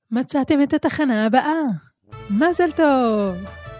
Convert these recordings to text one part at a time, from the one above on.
מצאתם את התחנה הבאה. מזל טוב.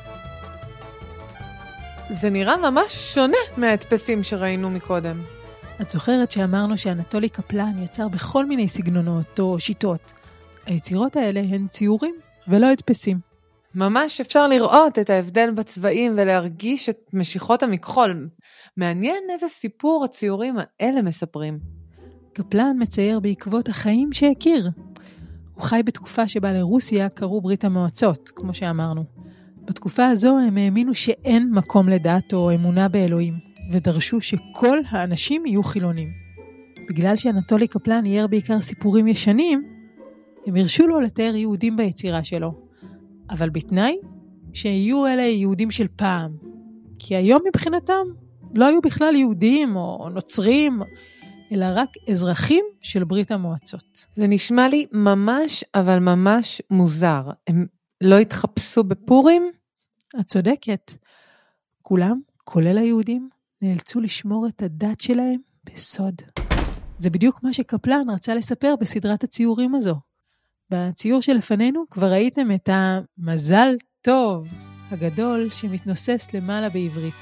זה נראה ממש שונה מההדפסים שראינו מקודם. את זוכרת שאמרנו שאנטולי קפלן יצר בכל מיני סגנונות או שיטות. היצירות האלה הן ציורים ולא הדפסים. ממש אפשר לראות את ההבדל בצבעים ולהרגיש את משיכות המכחול. מעניין איזה סיפור הציורים האלה מספרים. קפלן מצייר בעקבות החיים שהכיר. הוא חי בתקופה שבה לרוסיה קראו ברית המועצות, כמו שאמרנו. בתקופה הזו הם האמינו שאין מקום לדת או אמונה באלוהים, ודרשו שכל האנשים יהיו חילונים. בגלל שאנטולי קפלן אייר בעיקר סיפורים ישנים, הם הרשו לו לתאר יהודים ביצירה שלו. אבל בתנאי שיהיו אלה יהודים של פעם. כי היום מבחינתם לא היו בכלל יהודים או נוצרים, אלא רק אזרחים של ברית המועצות. זה נשמע לי ממש, אבל ממש מוזר. הם לא התחפשו בפורים? את צודקת. כולם, כולל היהודים, נאלצו לשמור את הדת שלהם בסוד. זה בדיוק מה שקפלן רצה לספר בסדרת הציורים הזו. בציור שלפנינו כבר ראיתם את המזל טוב הגדול שמתנוסס למעלה בעברית.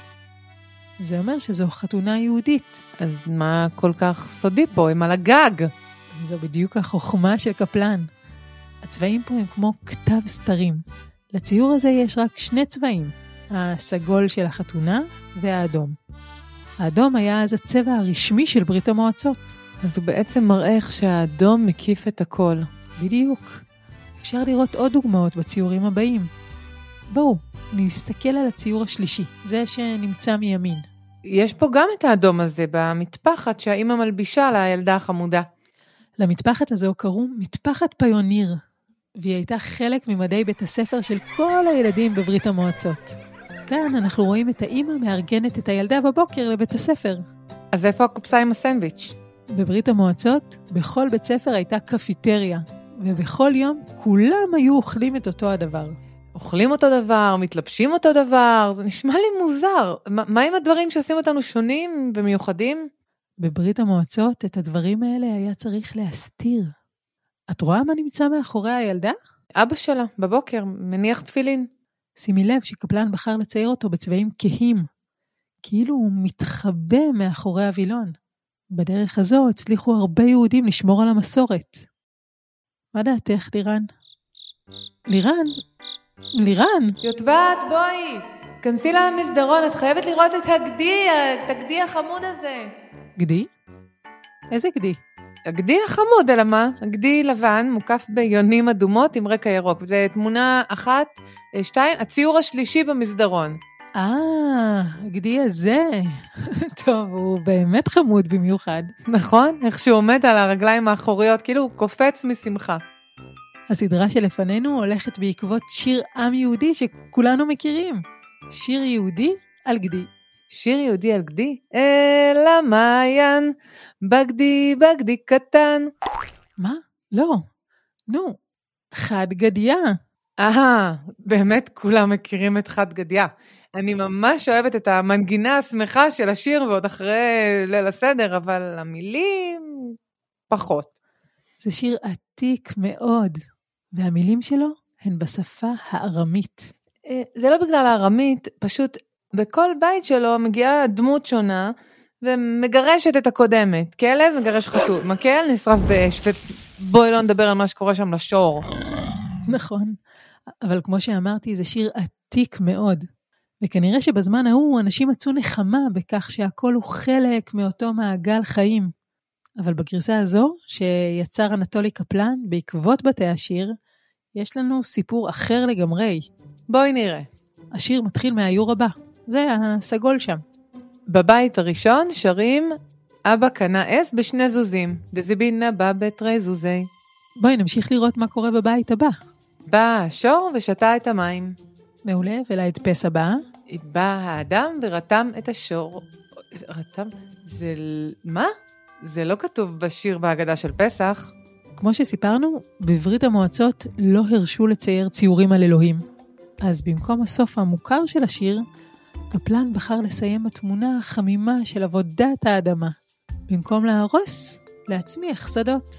זה אומר שזו חתונה יהודית. אז מה כל כך סודי פה? הם על הגג. זו בדיוק החוכמה של קפלן. הצבעים פה הם כמו כתב סתרים. לציור הזה יש רק שני צבעים, הסגול של החתונה והאדום. האדום היה אז הצבע הרשמי של ברית המועצות. אז הוא בעצם מראה איך שהאדום מקיף את הכל. בדיוק. אפשר לראות עוד דוגמאות בציורים הבאים. בואו, נסתכל על הציור השלישי, זה שנמצא מימין. יש פה גם את האדום הזה במטפחת שהאימא מלבישה לילדה החמודה. למטפחת הזו קראו מטפחת פיוניר, והיא הייתה חלק ממדי בית הספר של כל הילדים בברית המועצות. כאן אנחנו רואים את האימא מארגנת את הילדה בבוקר לבית הספר. אז איפה הקופסה עם הסנדוויץ'? בברית המועצות, בכל בית ספר הייתה קפיטריה, ובכל יום כולם היו אוכלים את אותו הדבר. אוכלים אותו דבר, מתלבשים אותו דבר, זה נשמע לי מוזר. מה עם הדברים שעושים אותנו שונים ומיוחדים? בברית המועצות את הדברים האלה היה צריך להסתיר. את רואה מה נמצא מאחורי הילדה? אבא שלה, בבוקר, מניח תפילין. שימי לב שקפלן בחר לצייר אותו בצבעים כהים, כאילו הוא מתחבא מאחורי הווילון. בדרך הזו הצליחו הרבה יהודים לשמור על המסורת. מה דעתך, לירן? לירן? יוטבת, בואי, כנסי למסדרון, את חייבת לראות את הגדי החמוד הזה. גדי? איזה גדי? הגדי החמוד, אלא מה? הגדי לבן, מוקף ביונים אדומות עם רקע ירוק. זה תמונה 1, 2, הציור השלישי במסדרון. הגדי הזה. טוב, הוא באמת חמוד במיוחד. נכון? איך שהוא עומד על הרגליים האחוריות, כאילו הוא קופץ משמחה. הסדרה שלפנינו הולכת בעקבות שיר עם יהודי שכולנו מכירים. שיר יהודי על גדי. שיר יהודי על גדי? אל המעיין, בגדי קטן. מה? לא. נו, חד גדיה. באמת כולם מכירים את חד גדיה. אני ממש אוהבת את המנגינה השמחה של השיר, ועוד אחרי ליל הסדר, אבל המילים פחות. זה שיר עתיק מאוד, והמילים שלו הן בשפה הארמית. זה לא בגלל הארמית, פשוט בכל בית שלו מגיעה דמות שונה, ומגרשת את הקודמת. כלב מגרש חתול, מקל נשרף באש, ובואי לא נדבר על מה שקורה שם לשור. נכון, אבל כמו שאמרתי, זה שיר עתיק מאוד. וכנראה שבזמן ההוא אנשים מצאו נחמה בכך שהכל הוא חלק מאותו מעגל חיים. אבל בגרסה הזו, שיצר אנטולי קפלן בעקבות בתי השיר, יש לנו סיפור אחר לגמרי. בואי נראה. השיר מתחיל מהאיור הבא. זה הסגול שם. בבית הראשון שרים אבא קנה עס בשני זוזים. דזיבינה בא בתרי זוזי. בואי נמשיך לראות מה קורה בבית הבא. בא השור ושתה את המים. מעולה, ולהדפס הבא. בא האדם ורתם את השור. רתם? זה... מה? זה לא כתוב בשיר בהגדה של פסח. כמו שסיפרנו, בברית המועצות לא הרשו לצייר ציורים על אלוהים. אז במקום הסוף המוכר של השיר, קפלן בחר לסיים בתמונה החמימה של עבודת האדמה. במקום להרוס, להצמיח שדות.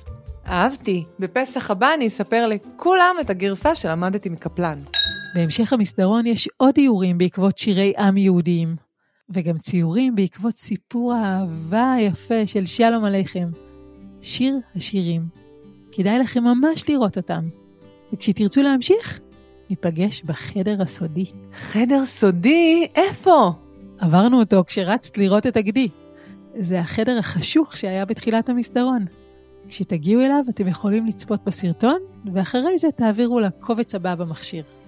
אהבתי. בפסח הבא אני אספר לכולם את הגרסה שלמדתי מקפלן. בהמשך המסדרון יש עוד איורים בעקבות שירי עם יהודיים, וגם ציורים בעקבות סיפור האהבה היפה של שלום עליכם. שיר השירים. כדאי לכם ממש לראות אותם. וכשתרצו להמשיך, ניפגש בחדר הסודי. חדר סודי? איפה? עברנו אותו כשרצת לראות את הגדי. זה החדר החשוך שהיה בתחילת המסדרון. כשתגיעו אליו אתם יכולים לצפות בסרטון, ואחרי זה תעבירו לקובץ הבא במכשיר.